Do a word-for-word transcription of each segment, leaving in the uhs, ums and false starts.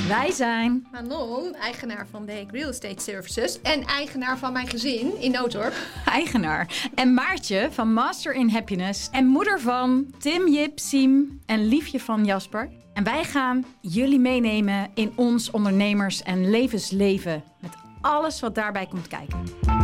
Wij zijn Manon, eigenaar van Deek Real Estate Services en eigenaar van mijn gezin in Nootdorp. eigenaar. En Maartje van Master in Happiness en moeder van Tim, Jip, Siem en liefje van Jasper. En wij gaan jullie meenemen in ons ondernemers- en levensleven. Met alles wat daarbij komt kijken.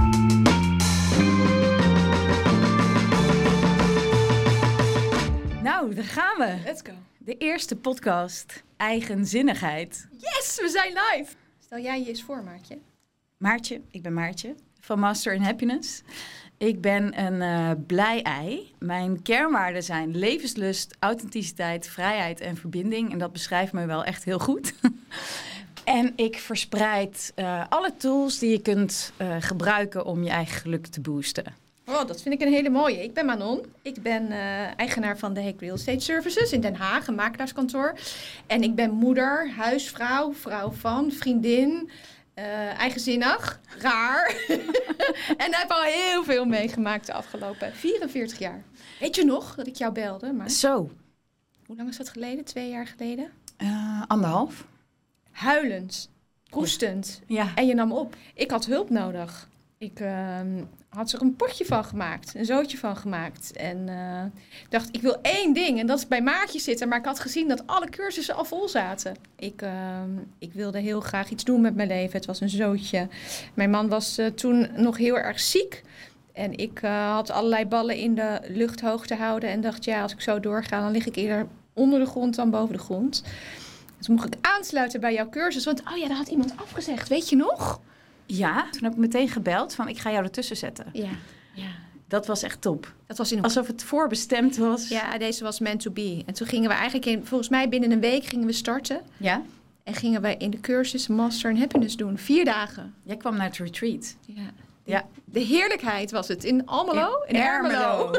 Nou, daar gaan we. Let's go. De eerste podcast. Eigenzinnigheid. Yes, we zijn live. Stel jij je eens voor, Maartje. Maartje, ik ben Maartje van Master in Happiness. Ik ben een uh, blij ei. Mijn kernwaarden zijn levenslust, authenticiteit, vrijheid en verbinding. En dat beschrijft me wel echt heel goed. En ik verspreid uh, alle tools die je kunt uh, gebruiken om je eigen geluk te boosten. Oh, dat vind ik een hele mooie. Ik ben Manon. Ik ben uh, eigenaar van de Deek Real Estate Services in Den Haag, een makelaarskantoor. En ik ben moeder, huisvrouw, vrouw van, vriendin, uh, eigenzinnig, raar. En heb al heel veel meegemaakt de afgelopen vierenveertig jaar. Weet je nog dat ik jou belde? Maar... Zo. Hoe lang is dat geleden? Twee jaar geleden? Uh, anderhalf. Huilend, proestend. Ja. En je nam op. Ik had hulp nodig. Ik uh, had er een potje van gemaakt, een zootje van gemaakt. En uh, dacht, ik wil één ding en dat is bij Maartje zitten. Maar ik had gezien dat alle cursussen al vol zaten. Ik, uh, ik wilde heel graag iets doen met mijn leven. Het was een zootje. Mijn man was uh, toen nog heel erg ziek. En ik uh, had allerlei ballen in de lucht hoog te houden. En dacht, ja, als ik zo doorga, dan lig ik eerder onder de grond dan boven de grond. Dus mocht ik aansluiten bij jouw cursus. Want, oh ja, daar had iemand afgezegd. Weet je nog? Ja, toen heb ik meteen gebeld van ik ga jou ertussen zetten. Ja, ja. Dat was echt top. Dat was in... Alsof het voorbestemd was. Ja, deze was meant to be. En toen gingen we eigenlijk, in, volgens mij binnen een week gingen we starten. Ja. En gingen we in de cursus Master in Happiness doen. Vier dagen. Jij kwam naar het retreat. Ja. De, ja. de heerlijkheid was het. In Almelo? In, in Ermelo.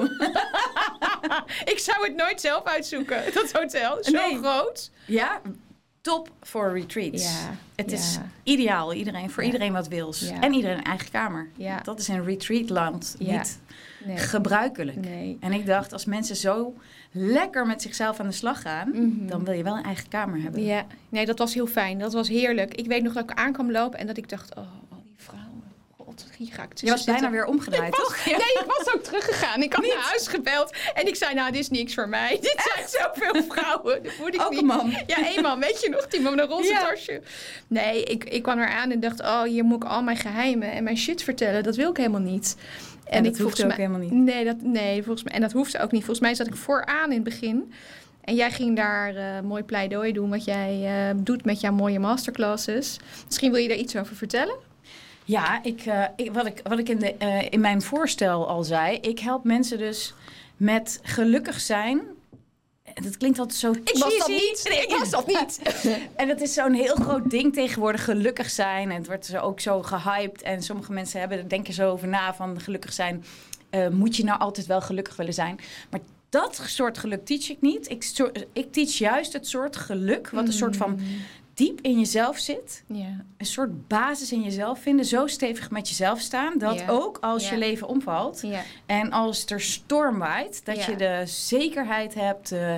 Ik zou het nooit zelf uitzoeken, dat hotel. Zo nee. groot. Ja, top voor retreats. Ja, het ja. is ideaal. Iedereen, voor ja. iedereen wat wils. Ja. En iedereen een eigen kamer. Ja. Dat is in retreatland ja. niet nee. gebruikelijk. Nee. En ik dacht, als mensen zo lekker met zichzelf aan de slag gaan... Mm-hmm. dan wil je wel een eigen kamer hebben. Ja, nee, dat was heel fijn. Dat was heerlijk. Ik weet nog dat ik aankwam lopen en dat ik dacht... oh, al die vrouwen... Hier ga ik je was bijna weer omgedraaid, was, toch? Ja. Nee, ik was ook teruggegaan. Ik had niet. Naar huis gebeld en ik zei, nou, dit is niks voor mij. Dit zijn zoveel vrouwen. Dat moet ik ook niet. Een man. Ja, één man. Weet je nog? Die man met een roze ja. tasje. Nee, ik, ik kwam eraan en dacht, oh, hier moet ik al mijn geheimen en mijn shit vertellen. Dat wil ik helemaal niet. En, en dat ik, hoeft ook mij, helemaal niet. Nee, dat, nee volgens mij, en dat hoeft ook niet. Volgens mij zat ik vooraan in het begin. En jij ging daar uh, mooi pleidooi doen wat jij uh, doet met jouw mooie masterclasses. Misschien wil je daar iets over vertellen? Ja, ik, uh, ik, wat, ik, wat ik in, de, uh, in mijn voorstel al zei... ik help mensen dus met gelukkig zijn. Dat klinkt altijd zo Ik was dat niet. Nee, ik was dat niet. En dat is zo'n heel groot ding tegenwoordig, gelukkig zijn. En het wordt zo ook zo gehyped. En sommige mensen hebben, denken zo over na van gelukkig zijn. Uh, moet je nou altijd wel gelukkig willen zijn? Maar dat soort geluk teach ik niet. Ik, so, ik teach juist het soort geluk, wat een soort van... diep in jezelf zit. Yeah. Een soort basis in jezelf vinden. Zo stevig met jezelf staan. Dat yeah. ook als yeah. je leven omvalt. Yeah. En als er storm waait. Dat yeah. je de zekerheid hebt. De,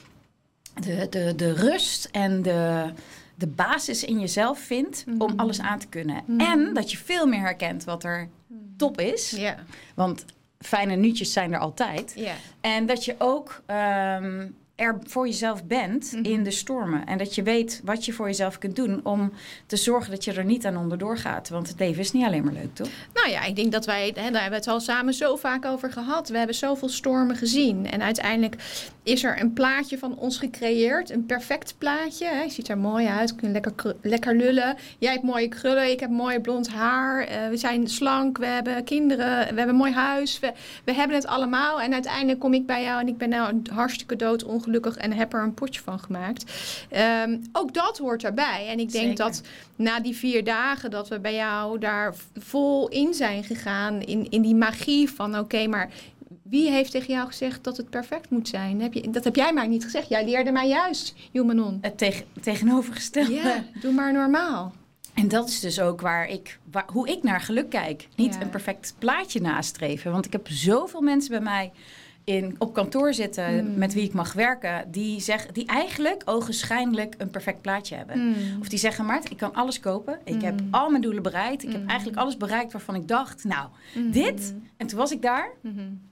de, de, de rust en de, de basis in jezelf vindt. Mm. Om alles aan te kunnen. Mm. En dat je veel meer herkent wat er top is. Yeah. Want fijne nuutjes zijn er altijd. Yeah. En dat je ook... Um, er voor jezelf bent mm-hmm. in de stormen. En dat je weet wat je voor jezelf kunt doen... om te zorgen dat je er niet aan onderdoor gaat. Want het leven is niet alleen maar leuk, toch? Nou ja, ik denk dat wij... Hè, daar hebben we het al samen zo vaak over gehad. We hebben zoveel stormen gezien. En uiteindelijk is er een plaatje van ons gecreëerd. Een perfect plaatje. Hè. Je ziet er mooi uit. Kun je lekker, kr- lekker lullen. Jij hebt mooie krullen. Ik heb mooi blond haar. Uh, we zijn slank. We hebben kinderen. We hebben een mooi huis. We, we hebben het allemaal. En uiteindelijk kom ik bij jou... en ik ben nou hartstikke dood ongelukkig... en heb er een potje van gemaakt. Um, ook dat hoort erbij. En ik denk Zeker. dat na die vier dagen... dat we bij jou daar vol in zijn gegaan... in, in die magie van... oké, okay, maar wie heeft tegen jou gezegd dat het perfect moet zijn? Heb je, dat heb jij maar niet gezegd. Jij leerde mij juist, Manon. Het tegen, tegenovergestelde. Ja, doe maar normaal. En dat is dus ook waar ik, waar, hoe ik naar geluk kijk. Niet ja. een perfect plaatje nastreven. Want ik heb zoveel mensen bij mij... in, op kantoor zitten Mm. met wie ik mag werken, die, zeg, die eigenlijk ogenschijnlijk een perfect plaatje hebben. Mm. Of die zeggen, Maart, ik kan alles kopen. Ik Mm. heb al mijn doelen bereikt. Ik Mm. heb eigenlijk alles bereikt waarvan ik dacht, nou, Mm. dit. En toen was ik daar. Mm-hmm.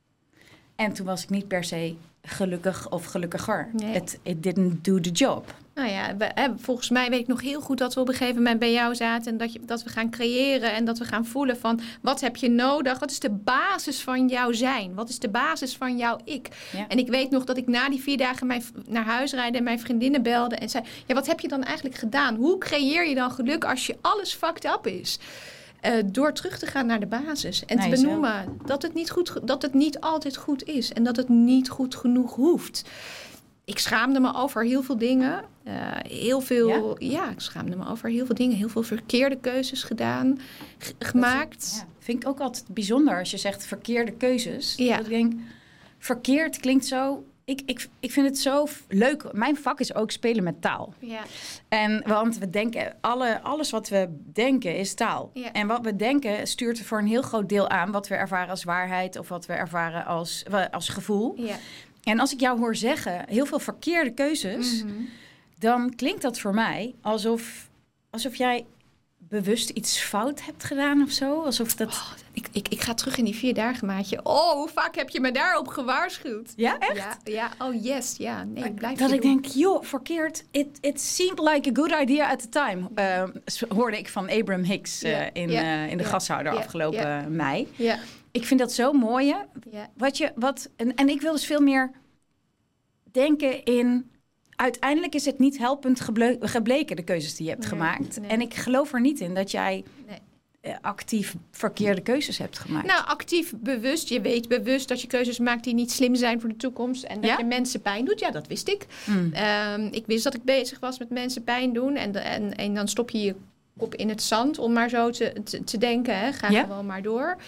En toen was ik niet per se gelukkig of gelukkiger. Nee. It, it didn't do the job. Nou ja, we, hè, volgens mij weet ik nog heel goed dat we op een gegeven moment bij jou zaten en dat, je, dat we gaan creëren en dat we gaan voelen van wat heb je nodig? Wat is de basis van jouw zijn? Wat is de basis van jouw ik? Ja. En ik weet nog dat ik na die vier dagen mijn, naar huis rijden en mijn vriendinnen belde en zei, ja, wat heb je dan eigenlijk gedaan? Hoe creëer je dan geluk als je alles fucked up is? Uh, door terug te gaan naar de basis en Naar te benoemen dat het, niet goed, dat het niet altijd goed is en dat het niet goed genoeg hoeft. Ik schaamde me over heel veel dingen. Uh, heel veel, ja? ja, ik schaamde me over heel veel dingen. Heel veel verkeerde keuzes gedaan, g- gemaakt. Ja, vind ik ook altijd bijzonder als je zegt verkeerde keuzes. Ja. Dat ik denk, verkeerd klinkt zo... Ik, ik, ik vind het zo f- leuk. Mijn vak is ook spelen met taal. Ja. En, want we denken, alle, alles wat we denken is taal. Ja. En wat we denken stuurt voor een heel groot deel aan wat we ervaren als waarheid of wat we ervaren als, als gevoel. Ja. En als ik jou hoor zeggen, heel veel verkeerde keuzes, Mm-hmm. dan klinkt dat voor mij alsof, alsof jij bewust iets fout hebt gedaan of zo. Alsof dat... Oh, ik, ik, ik ga terug in die vier dagen, maatje. Oh, hoe vaak heb je me daarop gewaarschuwd? Ja, echt? Ja, ja, oh yes, ja. Nee, ik blijf Dat je ik doen. denk, joh, verkeerd. It, it seemed like a good idea at the time. Uh, hoorde ik van Abraham Hicks uh, Ja, in, ja, uh, in de ja, gashouder ja, afgelopen ja. mei. Ja, Ik vind dat zo mooi. Hè? ja. Wat je, wat, en, en ik wil dus veel meer denken in... Uiteindelijk is het niet helpend geble- gebleken, de keuzes die je hebt Nee, gemaakt. nee. En ik geloof er niet in dat jij Nee. uh, actief verkeerde keuzes hebt gemaakt. Nou, actief bewust. Je weet bewust dat je keuzes maakt die niet slim zijn voor de toekomst. En dat Ja? je mensen pijn doet. Ja, dat wist ik. Mm. Um, ik wist dat ik bezig was met mensen pijn doen. En, de, en, en dan stop je je kop in het zand, om maar zo te, te, te denken. Hè. Ga Ja? gewoon maar door.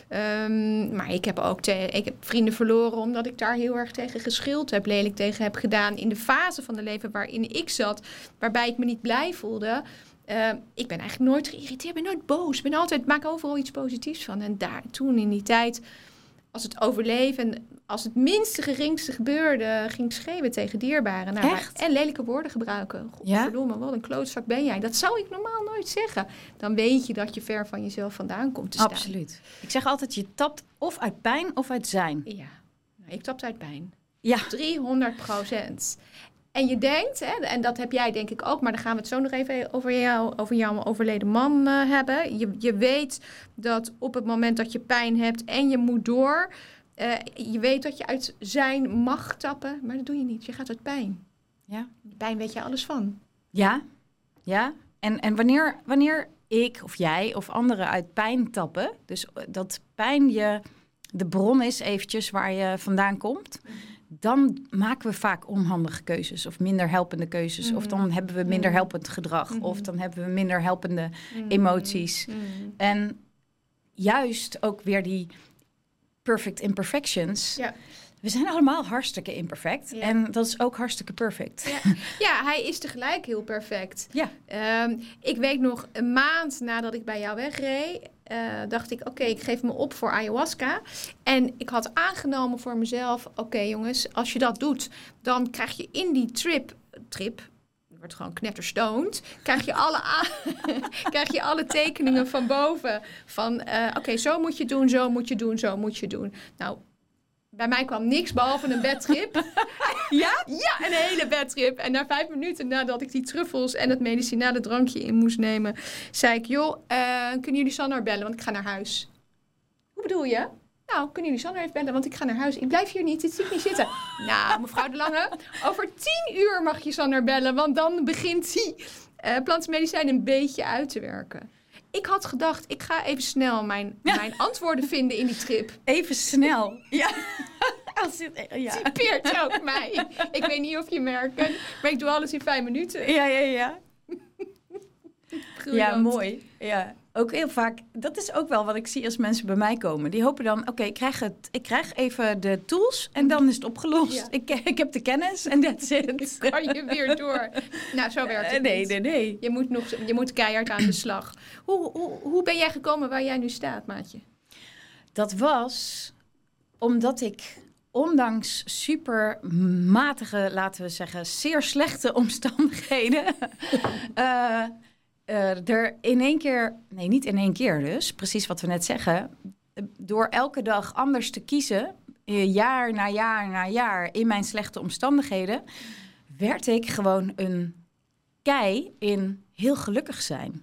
Um, maar ik heb ook te, ik heb vrienden verloren omdat ik daar heel erg tegen geschild heb, lelijk tegen heb gedaan. In de fase van de leven waarin ik zat, waarbij ik me niet blij voelde. Uh, ik ben eigenlijk nooit geïrriteerd, ben nooit boos. Ben altijd, maak overal iets positiefs van. En daar, toen in die tijd, als het overleven, als het minste geringste gebeurde, ging ik schreeuwen tegen dierbaren. Nou, Echt? maar, en lelijke woorden gebruiken. Ja? Godverdomme, wat een klootzak ben jij. Dat zou ik normaal nooit zeggen. Dan weet je dat je ver van jezelf vandaan komt te staan. Absoluut. Ik zeg altijd, je tapt of uit pijn of uit zijn. Ja, nou, ik tapte uit pijn. Ja. driehonderd procent. En je denkt, hè, en dat heb jij denk ik ook, maar dan gaan we het zo nog even over, jou, over jouw overleden man uh, hebben. Je, je weet dat op het moment dat je pijn hebt en je moet door, uh, je weet dat je uit zijn mag tappen, maar dat doe je niet. Je gaat uit pijn. Ja. Pijn weet je alles van. Ja. Ja. En, en wanneer, wanneer ik of jij of anderen uit pijn tappen, dus dat pijn je de bron is eventjes waar je vandaan komt, dan maken we vaak onhandige keuzes of minder helpende keuzes. Mm-hmm. Of dan hebben we minder helpend gedrag. Mm-hmm. Of dan hebben we minder helpende mm-hmm. emoties. Mm-hmm. En juist ook weer die perfect imperfections. Ja. We zijn allemaal hartstikke imperfect. Ja. En dat is ook hartstikke perfect. Ja, ja, hij is tegelijk heel perfect. Ja. Um, ik weet nog, een maand nadat ik bij jou wegreed, uh, dacht ik, oké, okay, ik geef me op voor ayahuasca. En ik had aangenomen voor mezelf, oké okay, jongens, als je dat doet, dan krijg je in die trip, trip, je wordt gewoon knetterstoned, krijg je alle, a- krijg je alle tekeningen van boven. Van, uh, oké, okay, zo moet je doen, zo moet je doen, zo moet je doen. Nou, bij mij kwam niks behalve een bedtrip. Ja? Ja, een hele bedtrip. En na vijf minuten nadat ik die truffels en het medicinale drankje in moest nemen, zei ik, joh, uh, kunnen jullie Sander bellen, want ik ga naar huis. Hoe bedoel je? Nou, kunnen jullie Sander even bellen, want ik ga naar huis. Ik blijf hier niet, dit zie ik niet zitten. Nou, mevrouw De Lange, over tien uur mag je Sander bellen, want dan begint die uh, plantenmedicijn een beetje uit te werken. Ik had gedacht, ik ga even snel mijn, ja. mijn antwoorden vinden in die trip. Even snel. Ja. Als het, ja. Typeert ook mij. Ik weet niet of je merkt, maar ik doe alles in vijf minuten. Ja, ja, ja. Ja, mooi. Ja. Ook heel vaak, dat is ook wel wat ik zie als mensen bij mij komen. Die hopen dan, oké, okay, ik krijg het, ik krijg even de tools en dan is het opgelost. Ja. Ik, ik heb de kennis en that's it. Dan kan je weer door. Nou, zo werkt het uh, nee, niet. Nee, nee, Je moet, nog, je moet keihard aan de slag. Hoe, hoe, hoe ben jij gekomen waar jij nu staat, maatje? Dat was omdat ik ondanks super matige, laten we zeggen, zeer slechte omstandigheden... uh, uh, er in één keer, nee, niet in één keer dus, precies wat we net zeggen... door elke dag anders te kiezen, jaar na jaar na jaar in mijn slechte omstandigheden... werd ik gewoon een kei in heel gelukkig zijn.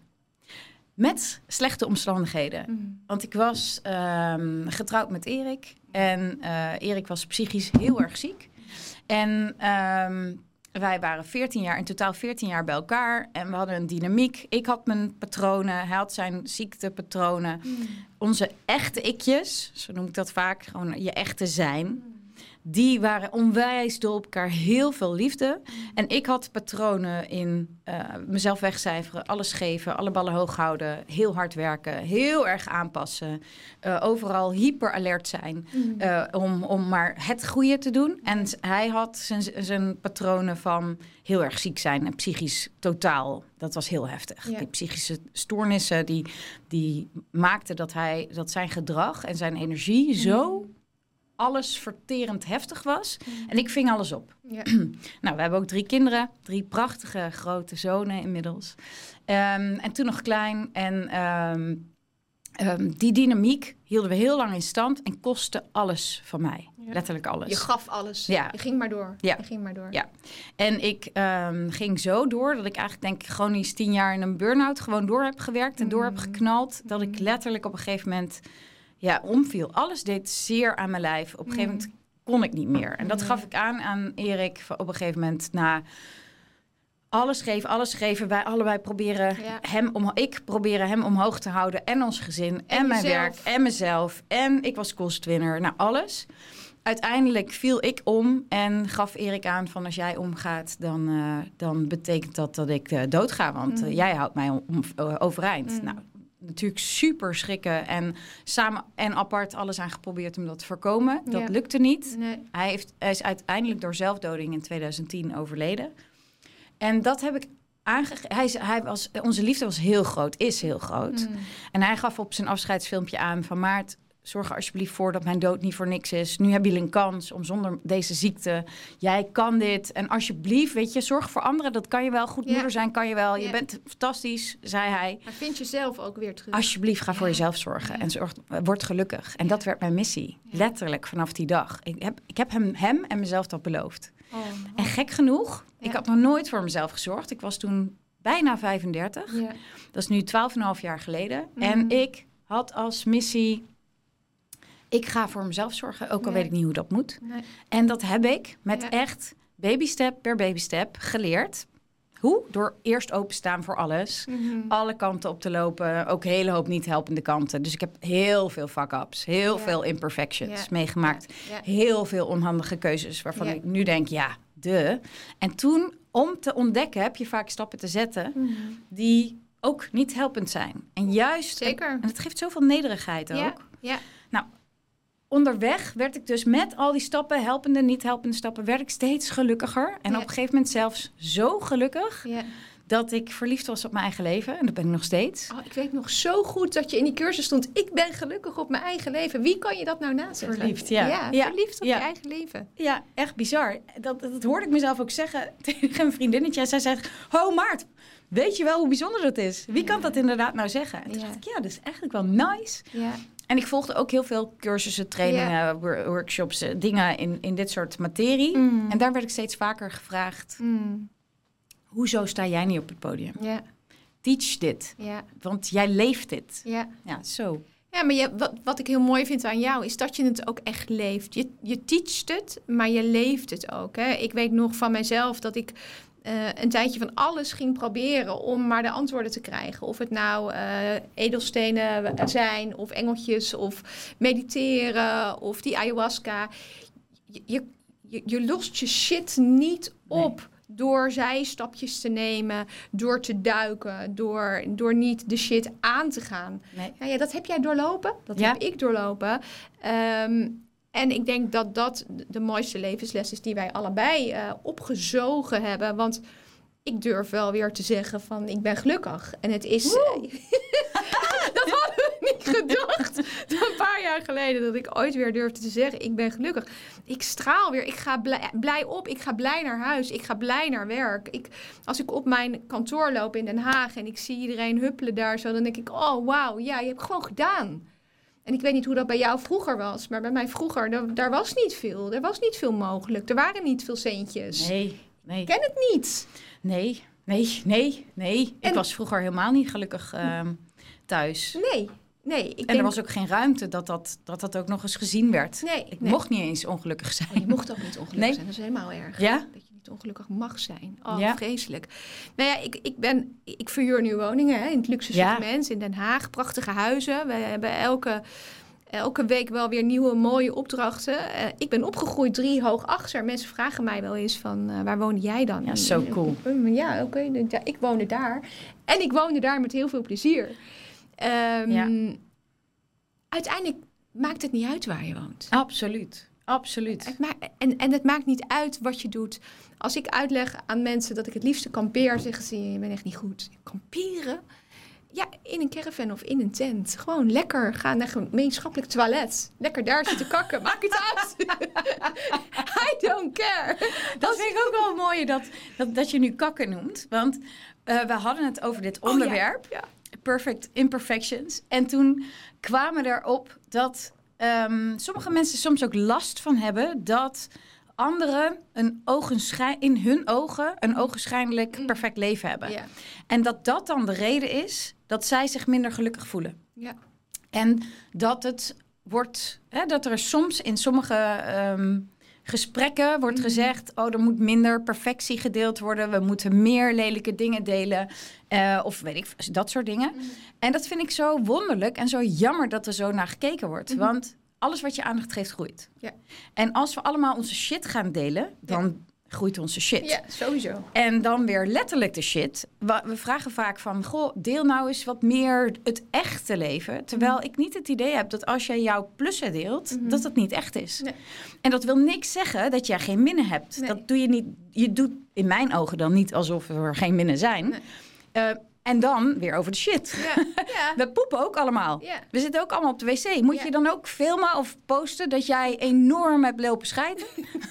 Met slechte omstandigheden. Mm. Want ik was um, getrouwd met Erik. En uh, Erik was psychisch heel erg ziek. En um, wij waren veertien jaar, in totaal veertien jaar bij elkaar. En we hadden een dynamiek. Ik had mijn patronen, hij had zijn ziektepatronen. Mm. Onze echte ikjes, zo noem ik dat vaak, gewoon je echte zijn... Mm. Die waren onwijs dol op elkaar, heel veel liefde. En ik had patronen in uh, mezelf wegcijferen, alles geven, alle ballen hoog houden, heel hard werken, heel erg aanpassen, uh, overal hyper alert zijn mm. uh, om, om maar het goede te doen. En hij had zijn, zijn patronen van heel erg ziek zijn en psychisch totaal. Dat was heel heftig. Ja. Die psychische stoornissen die, die maakten dat, hij, dat zijn gedrag en zijn energie mm. zo... alles verterend heftig was. Mm. En ik ving alles op. Ja. Nou, we hebben ook drie kinderen. Drie prachtige grote zonen inmiddels. Um, en toen nog klein. En um, um, die dynamiek hielden we heel lang in stand... en kostte alles van mij. Ja. Letterlijk alles. Je gaf alles. Ja. Je ging maar door. Ja. Je ging maar door. Ja. En ik um, ging zo door... dat ik eigenlijk denk chronisch tien jaar in een burn-out... gewoon door heb gewerkt en door mm. heb geknald... dat ik letterlijk op een gegeven moment... ja, omviel. Alles deed zeer aan mijn lijf. Op een gegeven moment kon ik niet meer. En dat gaf ik aan aan Erik op een gegeven moment na alles geven, alles geven. Wij allebei proberen ja. hem om, ik proberen hem omhoog te houden en ons gezin en, en mijn jezelf. werk en mezelf. En ik was kostwinner. Nou, alles. Uiteindelijk viel ik om en gaf Erik aan van als jij omgaat, dan, uh, dan betekent dat dat ik uh, doodga. Want uh, jij houdt mij om, om, uh, overeind. Mm. Nou, natuurlijk super schrikken en samen en apart alles aan geprobeerd om dat te voorkomen. Dat ja. lukte niet. Nee. Hij, heeft, hij is uiteindelijk door zelfdoding in twintig tien overleden. En dat heb ik aangegeven. Hij, hij was, onze liefde was heel groot, is heel groot. Mm. En hij gaf op zijn afscheidsfilmpje aan van Maart, zorg er alsjeblieft voor dat mijn dood niet voor niks is. Nu hebben jullie een kans om zonder deze ziekte. Jij kan dit. En alsjeblieft, weet je, zorg voor anderen. Dat kan je wel. Goed moeder ja. zijn kan je wel. Je ja. bent fantastisch, zei hij. Maar vind jezelf ook weer terug. Alsjeblieft, ga ja. voor jezelf zorgen. Ja. En zorg, word gelukkig. En dat werd mijn missie. Ja. Letterlijk vanaf die dag. Ik heb, ik heb hem, hem en mezelf dat beloofd. Oh, oh. En gek genoeg, ja. ik had nog nooit voor mezelf gezorgd. Ik was toen bijna vijfendertig. Ja. Dat is nu twaalf en een half jaar geleden. Mm. En ik had als missie... ik ga voor mezelf zorgen, ook al nee. weet ik niet hoe dat moet. Nee. En dat heb ik met ja. echt baby step per baby step geleerd. Hoe? Door eerst openstaan voor alles. Mm-hmm. Alle kanten op te lopen. Ook een hele hoop niet helpende kanten. Dus ik heb heel veel fuck-ups. Heel ja. veel imperfections ja. meegemaakt. Ja. Ja. Heel veel onhandige keuzes waarvan ja. ik nu denk, ja, de. En toen, om te ontdekken, heb je vaak stappen te zetten... Mm-hmm. die ook niet helpend zijn. En juist... Zeker. En het geeft zoveel nederigheid ook. Ja. Ja. Nou... onderweg werd ik dus met al die stappen, helpende, niet helpende stappen, werd ik steeds gelukkiger. En ja. op een gegeven moment zelfs zo gelukkig ja. dat ik verliefd was op mijn eigen leven. En dat ben ik nog steeds. Oh, ik weet nog zo goed dat je in die cursus stond. Ik ben gelukkig op mijn eigen leven. Wie kan je dat nou nazeggen? Verliefd, ja. Ja, ja. verliefd op ja. je eigen leven. Ja, echt bizar. Dat, dat hoorde ik mezelf ook zeggen tegen een vriendinnetje. En zij zei, ho Maart, weet je wel hoe bijzonder dat is? Wie kan ja. dat inderdaad nou zeggen? En toen ja. dacht ik, ja, dat is eigenlijk wel nice. Ja. En ik volgde ook heel veel cursussen, trainingen, yeah. workshops, dingen in, in dit soort materie. Mm. En daar werd ik steeds vaker gevraagd... Mm. hoezo sta jij niet op het podium? Yeah. Teach dit. Yeah. Want jij leeft dit. Yeah. Ja, zo. Ja, maar je, wat, wat ik heel mooi vind aan jou... is dat je het ook echt leeft. Je, je teacht het, maar je leeft het ook. Hè? Ik weet nog van mezelf dat ik... Uh, een tijdje van alles ging proberen om maar de antwoorden te krijgen. Of het nou uh, edelstenen zijn, of engeltjes, of mediteren, of die ayahuasca. Je, je, je lost je shit niet op nee. door zijstapjes te nemen, door te duiken, door, door niet de shit aan te gaan. Nee. Nou ja, dat heb jij doorlopen, dat ja. heb ik doorlopen. Um, En ik denk dat dat de mooiste levensles is die wij allebei uh, opgezogen hebben. Want ik durf wel weer te zeggen van ik ben gelukkig. En het is... Uh, dat hadden we niet gedacht een paar paar jaar geleden dat ik ooit weer durfde te zeggen, ik ben gelukkig. Ik straal weer, ik ga blij, blij op, ik ga blij naar huis, ik ga blij naar werk. Ik, als ik op mijn kantoor loop in Den Haag en ik zie iedereen huppelen daar zo, dan denk ik, oh wauw, ja, je hebt gewoon gedaan. En ik weet niet hoe dat bij jou vroeger was, maar bij mij vroeger, daar, daar was niet veel. Er was niet veel mogelijk, er waren niet veel centjes. Nee, nee. Ik ken het niet. Nee, nee, nee, nee. En... Ik was vroeger helemaal niet gelukkig uh, thuis. Nee, nee. Ik en denk... er was ook geen ruimte dat dat, dat dat ook nog eens gezien werd. Nee, ik nee. mocht niet eens ongelukkig zijn. Oh, je mocht ook niet ongelukkig nee. zijn, dat is helemaal erg. Ja? Dat je niet ongelukkig mag zijn. Oh, ja. vreselijk. Nou ja, ik, ik, ben, ik verhuur nu woningen hè, in het luxe segment, ja. in Den Haag. Prachtige huizen. We hebben elke... Elke week wel weer nieuwe mooie opdrachten. Uh, ik ben opgegroeid drie hoog achter. Mensen vragen mij wel eens van, uh, waar woonde jij dan? Ja, zo cool. Ja, oké. Okay. Ja, ik woonde daar. En ik woonde daar met heel veel plezier. Um, ja. Uiteindelijk maakt het niet uit waar je woont. Absoluut. Absoluut. Het ma- en, en het maakt niet uit wat je doet. Als ik uitleg aan mensen dat ik het liefste kampeer, zeggen ze, je bent echt niet goed. Kamperen? Ja, in een caravan of in een tent. Gewoon lekker gaan naar een gemeenschappelijk toilet. Lekker daar zitten kakken. Maak het uit. I don't care. Dat, dat vind ik ook wel mooi dat, dat, dat je nu kakken noemt. Want uh, we hadden het over dit onderwerp. Oh, ja. Ja. Perfect imperfections. En toen kwamen we erop dat um, sommige mensen soms ook last van hebben dat anderen een ogenschijn, in hun ogen een ogenschijnlijk perfect leven hebben. Ja. En dat dat dan de reden is dat zij zich minder gelukkig voelen. Ja. En dat het wordt, hè, dat er soms in sommige um, gesprekken wordt mm-hmm. gezegd, oh, er moet minder perfectie gedeeld worden, we moeten meer lelijke dingen delen, uh, of weet ik, dat soort dingen. Mm-hmm. En dat vind ik zo wonderlijk en zo jammer dat er zo naar gekeken wordt, mm-hmm. want alles wat je aandacht geeft, groeit. Ja. En als we allemaal onze shit gaan delen, dan ja. groeit onze shit. Ja, sowieso. En dan weer letterlijk de shit. We vragen vaak van, goh, deel nou eens wat meer het echte leven. Terwijl mm-hmm. ik niet het idee heb dat als jij jouw plussen deelt, mm-hmm. dat het niet echt is. Nee. En dat wil niks zeggen dat jij geen minnen hebt. Nee. Dat doe je niet. Je doet in mijn ogen dan niet alsof er geen minnen zijn. Nee. Uh, En dan weer over de shit. Ja. Ja. We poepen ook allemaal. Ja. We zitten ook allemaal op de wc. Moet ja. je dan ook filmen of posten dat jij enorm hebt lopen scheiden?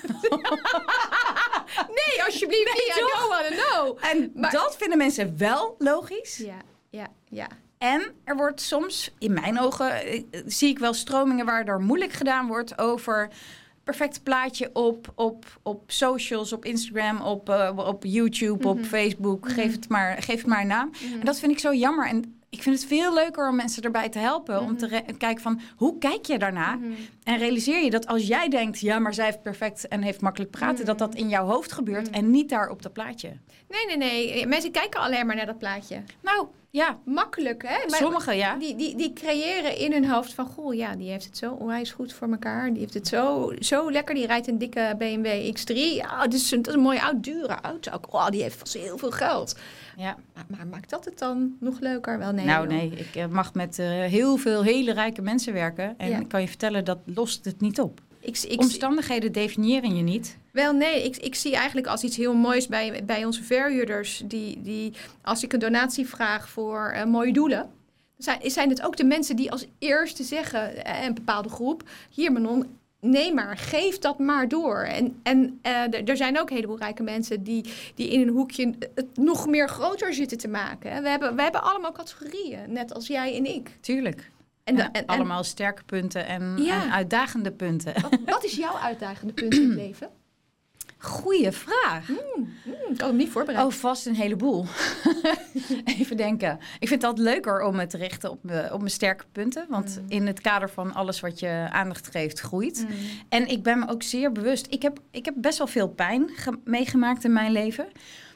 Nee, alsjeblieft niet. Nee, I don't wanna know. En maar... dat vinden mensen wel logisch. Ja, ja, ja. En er wordt soms, in mijn ogen, zie ik wel stromingen waar er moeilijk gedaan wordt over perfect plaatje op, op, op socials, op Instagram, op, uh, op YouTube, mm-hmm. op Facebook. Mm-hmm. Geef het maar, geef het maar een naam. Mm-hmm. En dat vind ik zo jammer. En ik vind het veel leuker om mensen erbij te helpen. Mm-hmm. Om te re- kijken van, hoe kijk je daarna? Mm-hmm. En realiseer je dat als jij denkt, ja, maar zij heeft perfect en heeft makkelijk praten, mm-hmm. dat dat in jouw hoofd gebeurt mm-hmm. en niet daar op dat plaatje. Nee, nee, nee. Mensen kijken alleen maar naar dat plaatje. Nou, ja. Makkelijk, hè? Maar sommigen, ja. Die, die, die creëren in hun hoofd van, goh, ja, die heeft het zo onwijs goed voor elkaar. Die heeft het zo, zo lekker. Die rijdt een dikke B M W X drie. Ja, dat is een, dat is een mooie oud, dure auto. Oh, die heeft vast heel veel geld. Ja. Maar, maar maakt dat het dan nog leuker? Wel, nee. Nou, nee. Ik mag met uh, heel veel hele rijke mensen werken. En ja. ik kan je vertellen, dat lost het niet op. Ik, ik, Omstandigheden definiëren je niet. Wel, nee. Ik, ik zie eigenlijk als iets heel moois bij, bij onze verhuurders. Die, die, als ik een donatie vraag voor uh, mooie doelen, zijn, zijn het ook de mensen die als eerste zeggen, uh, een bepaalde groep, hier Manon, nee maar, geef dat maar door. En, en uh, er zijn ook een heleboel rijke mensen die, die in een hoekje het nog meer groter zitten te maken. We hebben, we hebben allemaal categorieën, net als jij en ik. Tuurlijk. En, en, en allemaal en, sterke punten en, ja. en uitdagende punten. Wat, wat is jouw uitdagende punt in het leven? Goeie vraag. Mm, mm, ik had hem niet voorbereid. Oh, vast een heleboel. Even denken. Ik vind het altijd leuker om me te richten op, me, op mijn sterke punten. Want mm. in het kader van alles wat je aandacht geeft, groeit. Mm. En ik ben me ook zeer bewust. Ik heb, ik heb best wel veel pijn ge- meegemaakt in mijn leven.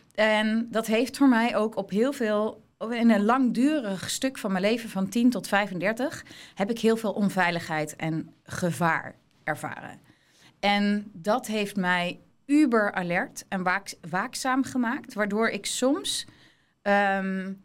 En dat heeft voor mij ook op heel veel... In een langdurig stuk van mijn leven van tien tot vijfendertig... heb ik heel veel onveiligheid en gevaar ervaren. En dat heeft mij uber alert en waak, waakzaam gemaakt... waardoor ik soms um,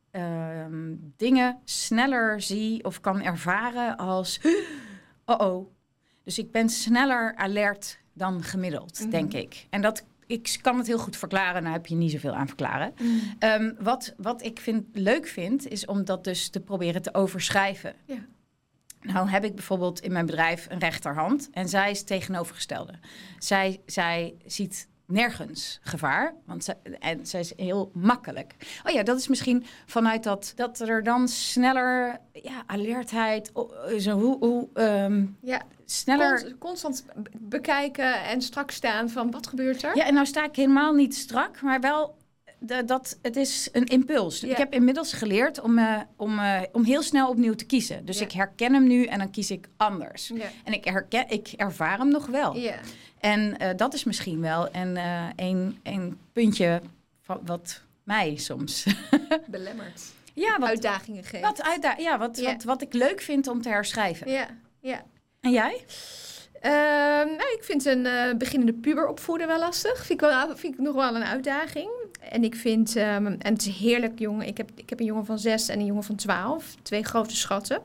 um, dingen sneller zie of kan ervaren als... oh-oh. Dus ik ben sneller alert dan gemiddeld, mm-hmm. denk ik. En dat... Ik kan het heel goed verklaren, daar heb je niet zoveel aan verklaren. Mm. Um, wat, wat ik vind, leuk vind, is om dat dus te proberen te overschrijven. Ja. Nou heb ik bijvoorbeeld in mijn bedrijf een rechterhand. En zij is het tegenovergestelde. Zij, zij ziet nergens gevaar. Want zij, en zij is heel makkelijk. Oh ja, dat is misschien vanuit dat, dat er dan sneller ja, alertheid... Zo, hoe, hoe, um, ja. Sneller... Const, constant bekijken en strak staan van wat gebeurt er? Ja, en nou sta ik helemaal niet strak, maar wel... De, dat, het is een impuls. Ja. Ik heb inmiddels geleerd om, uh, om, uh, om heel snel opnieuw te kiezen. Dus ja. ik herken hem nu en dan kies ik anders. Ja. En ik, herken, ik ervaar hem nog wel. Ja. En uh, dat is misschien wel een, uh, een, een puntje van wat mij soms... belemmert. Ja, wat, uitdagingen geeft. Wat, uitda- ja, wat, ja. wat, wat ik leuk vind om te herschrijven. Ja, ja. En jij? Uh, nou, ik vind een uh, beginnende puber opvoeden wel lastig. Vind ik, wel, vind ik nog wel een uitdaging. En ik vind, um, en het is heerlijk, jongen. Ik heb, ik heb een jongen van zes en een jongen van twaalf. Twee grote schatten.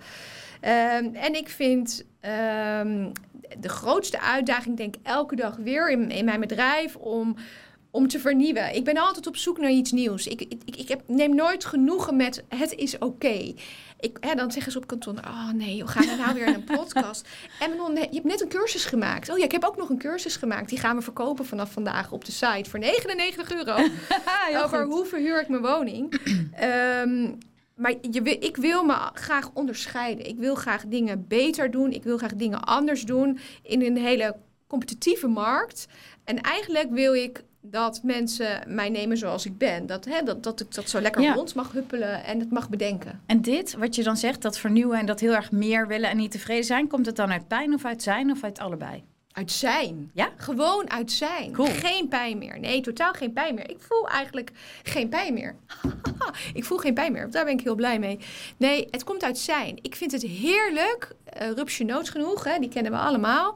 Um, en ik vind um, de grootste uitdaging, denk ik, elke dag weer in, in mijn bedrijf om... Om te vernieuwen. Ik ben altijd op zoek naar iets nieuws. Ik, ik, ik heb, neem nooit genoegen met het is oké. Okay. Dan zeggen ze op kantoor, oh nee, we gaan we nou weer in een podcast. En Manon, je hebt net een cursus gemaakt. Oh ja, ik heb ook nog een cursus gemaakt. Die gaan we verkopen vanaf vandaag op de site voor negenennegentig euro. Over goed. Hoe verhuur ik mijn woning. um, maar je, ik wil me graag onderscheiden. Ik wil graag dingen beter doen. Ik wil graag dingen anders doen in een hele competitieve markt. En eigenlijk wil ik dat mensen mij nemen zoals ik ben. Dat, hè, dat, dat ik dat zo lekker ja. rond mag huppelen en het mag bedenken. En dit, wat je dan zegt, dat vernieuwen en dat heel erg meer willen en niet tevreden zijn, komt het dan uit pijn of uit zijn of uit allebei? Uit zijn. Ja? Gewoon uit zijn. Cool. Geen pijn meer. Nee, totaal geen pijn meer. Ik voel eigenlijk geen pijn meer. Ik voel geen pijn meer. Daar ben ik heel blij mee. Nee, het komt uit zijn. Ik vind het heerlijk. Uh, rupsje noods genoeg, hè, die kennen we allemaal.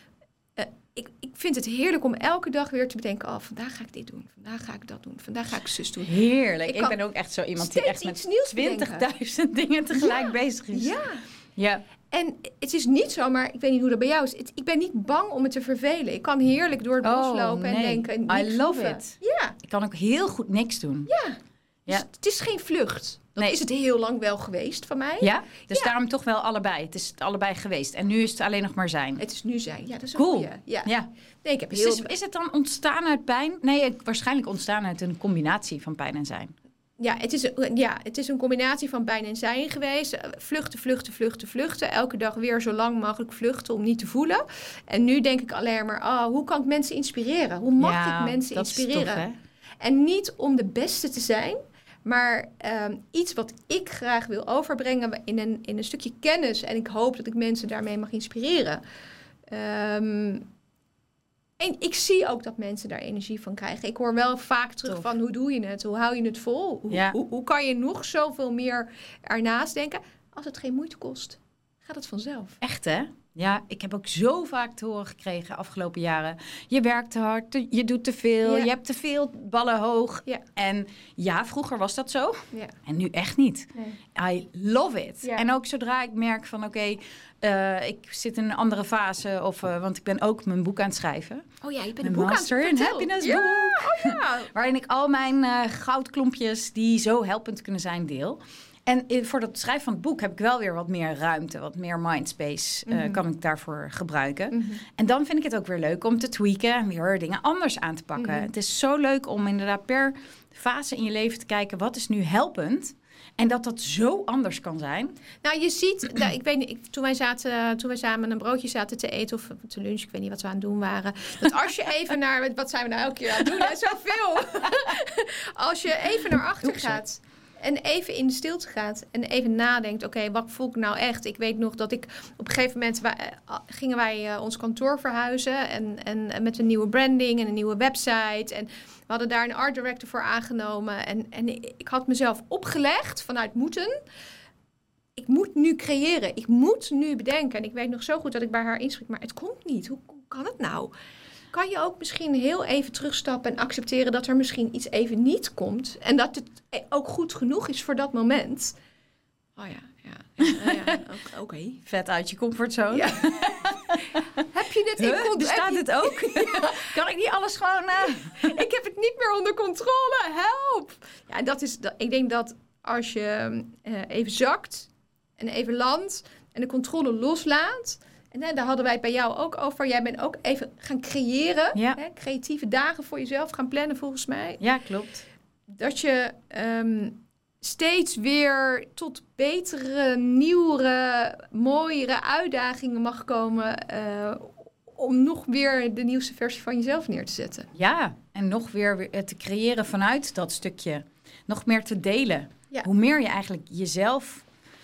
Uh, Ik, ik vind het heerlijk om elke dag weer te bedenken... oh, vandaag ga ik dit doen, vandaag ga ik dat doen, vandaag ga ik zus doen. Heerlijk. Ik, ik ben ook echt zo iemand die echt met twintigduizend dingen tegelijk ja, bezig is. Ja. ja. En het is niet zo, maar ik weet niet hoe dat bij jou is. Het, ik ben niet bang om het te vervelen. Ik kan heerlijk door het bos oh, lopen nee. en denken... I love voelen. it. Ja. Ik kan ook heel goed niks doen. Ja. ja. Dus het is geen vlucht. Dat nee. is het heel lang wel geweest van mij. Ja? Dus ja. daarom toch wel allebei. Het is allebei geweest. En nu is het alleen nog maar zijn. Het is nu zijn. Ja, dat is een cool. goeie. Ja. ja. Nee, ik heb dus heel... is, is het dan ontstaan uit pijn? Nee, waarschijnlijk ontstaan uit een combinatie van pijn en zijn. Ja, het is, ja, het is een combinatie van pijn en zijn geweest. Vluchten, vluchten, vluchten, vluchten. Elke dag weer zo lang mogelijk vluchten om niet te voelen. En nu denk ik alleen maar, oh, hoe kan ik mensen inspireren? Hoe mag ja, ik mensen dat inspireren? Is tof, hè? En niet om de beste te zijn... Maar um, iets wat ik graag wil overbrengen in een, in een stukje kennis. En ik hoop dat ik mensen daarmee mag inspireren. Um, en ik zie ook dat mensen daar energie van krijgen. Ik hoor wel vaak terug Tof. van hoe doe je het? Hoe hou je het vol? Hoe, ja. hoe, hoe kan je nog zoveel meer ernaast denken? Als het geen moeite kost, gaat het vanzelf. Echt hè? Ja, ik heb ook zo vaak te horen gekregen afgelopen jaren. Je werkt te hard, je doet te veel, ja. je hebt te veel ballen hoog. Ja. En ja, vroeger was dat zo. Ja. En nu echt niet. Nee. I love it. Ja. En ook zodra ik merk van oké, okay, uh, ik zit in een andere fase. Of, uh, want ik ben ook mijn boek aan het schrijven. Oh ja, je bent mijn een boek Master aan het in Happiness ja. boek. Oh ja. Waarin ik al mijn uh, goudklompjes die zo helpend kunnen zijn deel. En voor het schrijven van het boek heb ik wel weer wat meer ruimte, wat meer mindspace uh, mm-hmm. kan ik daarvoor gebruiken. Mm-hmm. En dan vind ik het ook weer leuk om te tweaken en weer dingen anders aan te pakken. Mm-hmm. Het is zo leuk om inderdaad per fase in je leven te kijken, wat is nu helpend? En dat dat zo anders kan zijn. Nou, je ziet, nou, ik weet niet, toen wij, zaten, toen wij samen een broodje zaten te eten of te lunch, ik weet niet wat we aan het doen waren. Dat als je even naar, wat zijn we nou elke keer aan het doen? Hè? Zoveel. Als je even naar achter Oepsie. gaat. En even in de stilte gaat en even nadenkt, oké, okay, wat voel ik nou echt? Ik weet nog dat ik op een gegeven moment wij, uh, gingen wij uh, ons kantoor verhuizen en, en, en met een nieuwe branding en een nieuwe website. En we hadden daar een art director voor aangenomen. En, en ik had mezelf opgelegd vanuit moeten. Ik moet nu creëren, ik moet nu bedenken. En ik weet nog zo goed dat ik bij haar inschrik, maar het komt niet. Hoe, hoe kan het nou? Kan je ook misschien heel even terugstappen en accepteren dat er misschien iets even niet komt. En dat het ook goed genoeg is voor dat moment. Oh ja, ja. ja, ja Oké. Okay. Vet uit je comfortzone. Ja. Heb je dit in huh? controle? Bestaat je... het ook? Ja. Kan ik niet alles gewoon... Uh... ik heb het niet meer onder controle. Help! Ja, dat is... Dat, ik denk dat als je uh, even zakt en even landt en de controle loslaat. En hè, daar hadden wij het bij jou ook over. Jij bent ook even gaan creëren. Ja. Hè, creatieve dagen voor jezelf gaan plannen volgens mij. Ja, klopt. Dat je um, steeds weer tot betere, nieuwere, mooiere uitdagingen mag komen... Uh, om nog weer de nieuwste versie van jezelf neer te zetten. Ja, en nog weer te creëren vanuit dat stukje. Nog meer te delen. Ja. Hoe meer je eigenlijk jezelf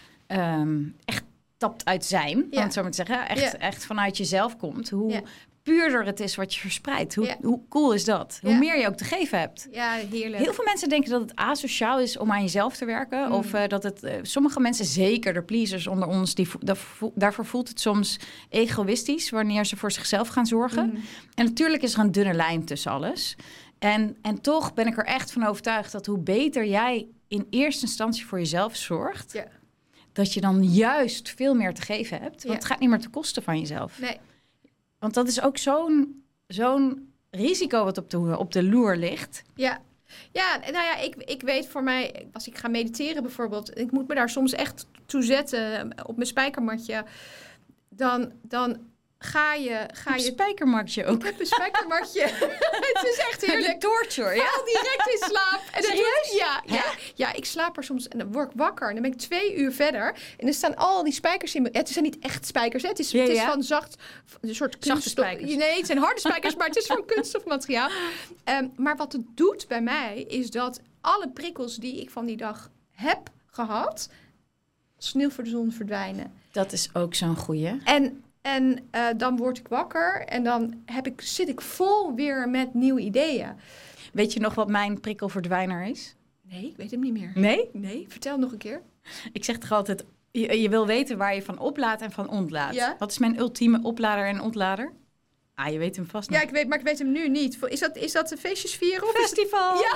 um, echt tapt uit zijn, Ja. om het zo maar te zeggen. Echt, Ja. echt vanuit jezelf komt. Hoe Ja. puurder het is wat je verspreidt. Hoe, Ja. hoe cool is dat? Hoe Ja. meer je ook te geven hebt. Ja, heerlijk. Heel veel mensen denken dat het asociaal is om aan jezelf te werken. Mm. Of uh, dat het... Uh, sommige mensen, zeker de pleasers onder ons... Die, vo- dat vo- daarvoor voelt het soms egoïstisch... wanneer ze voor zichzelf gaan zorgen. Mm. En natuurlijk is er een dunne lijn tussen alles. En, en toch ben ik er echt van overtuigd... dat hoe beter jij in eerste instantie voor jezelf zorgt... Ja. dat je dan juist veel meer te geven hebt. Want Ja. het gaat niet meer ten koste van jezelf. Nee. Want dat is ook zo'n, zo'n risico wat op de, op de loer ligt. Ja. Ja, nou ja, ik, ik weet voor mij, als ik ga mediteren bijvoorbeeld, ik moet me daar soms echt toe zetten op mijn spijkermatje. Dan, dan ga je... Ga Een je spijkermatje ook. Ik heb een spijkermatje. Het is echt heerlijk. Torture, ja. Val direct in slaap. En dan Serieus? doe ik- Ja, ja, ja, ik slaap er soms en dan word ik wakker. En dan ben ik twee uur verder. En er staan al die spijkers in mijn... Het zijn niet echt spijkers, hè. Het is, Ja, het is ja. van zacht... Een soort Zachte kunststof. spijkers. Nee, het zijn harde spijkers, maar het is van kunststofmateriaal. Um, maar wat het doet bij mij, is dat alle prikkels die ik van die dag heb gehad, sneeuw voor de zon verdwijnen. Dat is ook zo'n goeie. En, en uh, dan word ik wakker en dan heb ik, zit ik vol weer met nieuwe ideeën. Weet je nog wat mijn prikkelverdwijner is? Nee, ik weet hem niet meer. Nee? Nee, vertel nog een keer. Ik zeg toch altijd, je, je wil weten waar je van oplaadt en van ontlaat. Ja. Wat is mijn ultieme oplader en ontlader? Ah, je weet hem vast nog. Ja, ik weet, maar ik weet hem nu niet. Is dat, is dat een feestjes vieren? Of Festival! Ja!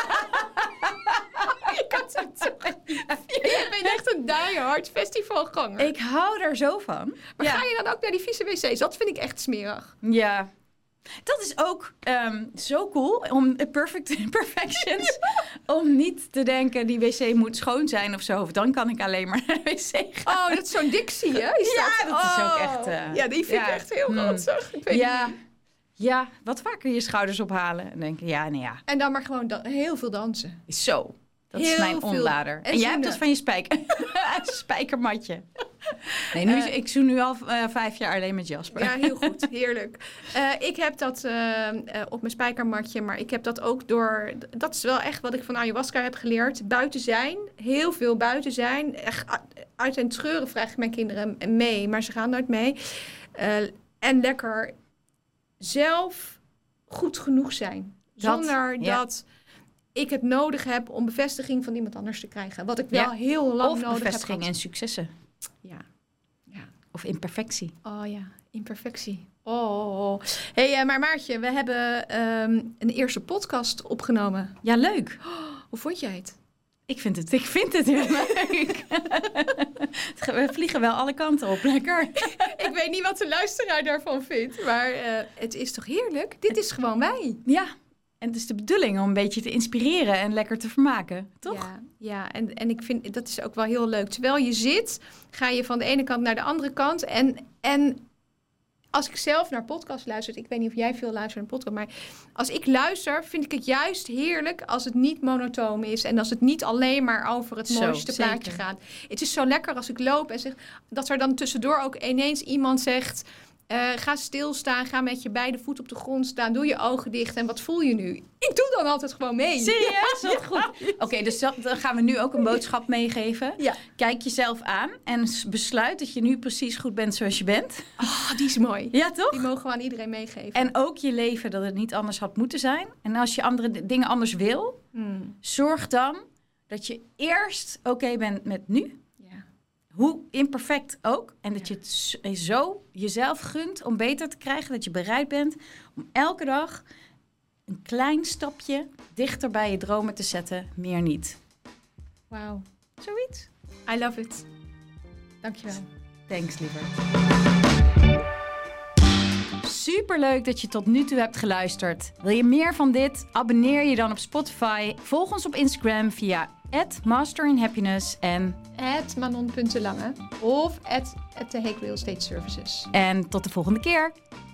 Je kan het zo. Je bent echt een diehard festivalganger. Ik hou er zo van. Maar ja. ga je dan ook naar die vieze wc's? Dat vind ik echt smerig. Ja. Dat is ook um, zo cool, om perfect imperfections, ja. om niet te denken die wc moet schoon zijn of zo. Of dan kan ik alleen maar naar de wc gaan. Oh, dat is zo'n Dixie, hè? Is ja, dat, dat is oh. ook echt... Uh, ja, die vind ja. ik echt heel hmm. ranzig. Ik weet ja. niet. ja, wat vaker je schouders ophalen en denken, ja, nee, ja. En dan maar gewoon da- heel veel dansen. Zo, dat heel is mijn veel. ontlader. En, En jij zoenen. hebt dat van je spijker. spijkermatje. Nee, nu, uh, ik zoen nu al uh, vijf jaar alleen met Jasper. Ja, heel goed. Heerlijk. Uh, ik heb dat uh, uh, op mijn spijkermatje, maar ik heb dat ook door... Dat is wel echt wat ik van ayahuasca heb geleerd. Buiten zijn. Heel veel buiten zijn. Echt uit en treuren vraag ik mijn kinderen mee, maar ze gaan nooit mee. Uh, en lekker zelf goed genoeg zijn. Dat, Zonder ja. dat ik het nodig heb om bevestiging van iemand anders te krijgen. Wat ik wel ja. heel lang of nodig heb. Of bevestiging en successen. Ja. ja. Of imperfectie. Oh ja, imperfectie. Oh. Hé, hey, uh, maar Maartje, we hebben um, een eerste podcast opgenomen. Ja, leuk. Oh, hoe vond jij het? Ik vind het, ik vind het heel leuk. We vliegen wel alle kanten op, lekker. Ik weet niet wat de luisteraar daarvan vindt, maar uh, het is toch heerlijk? Dit is gewoon wij. Ja, en het is de bedoeling om een beetje te inspireren en lekker te vermaken, toch? Ja, ja. En, en ik vind dat is ook wel heel leuk. Terwijl je zit, ga je van de ene kant naar de andere kant. En, en als ik zelf naar podcast luister, ik weet niet of jij veel luistert naar podcast, maar als ik luister, vind ik het juist heerlijk als het niet monotoom is en als het niet alleen maar over het Zo, mooiste zeker. plaatje gaat. Het is zo lekker als ik loop en zeg dat er dan tussendoor ook ineens iemand zegt: Uh, ga stilstaan, ga met je beide voeten op de grond staan, doe je ogen dicht en wat voel je nu? Ik doe dan altijd gewoon mee. Serieus? Ja, Wat goed. Oké, okay, dus dat, dan gaan we nu ook een boodschap meegeven. Ja. Kijk jezelf aan en besluit dat je nu precies goed bent zoals je bent. Oh, die is mooi. Ja, toch? Die mogen we aan iedereen meegeven. En ook je leven dat het niet anders had moeten zijn. En als je andere d- dingen anders wil, hmm. zorg dan dat je eerst oké okay bent met nu. Hoe imperfect ook. En dat je het zo jezelf gunt om beter te krijgen. Dat je bereid bent om elke dag een klein stapje dichter bij je dromen te zetten. Meer niet. Wauw. Zoiets. I love it. Dankjewel. Thanks, liever. Superleuk dat je tot nu toe hebt geluisterd. Wil je meer van dit? Abonneer je dan op Spotify. Volg ons op Instagram via at masterinhappiness en... at manon punt de lange of at, at the Heek Real Estate Services. En tot de volgende keer.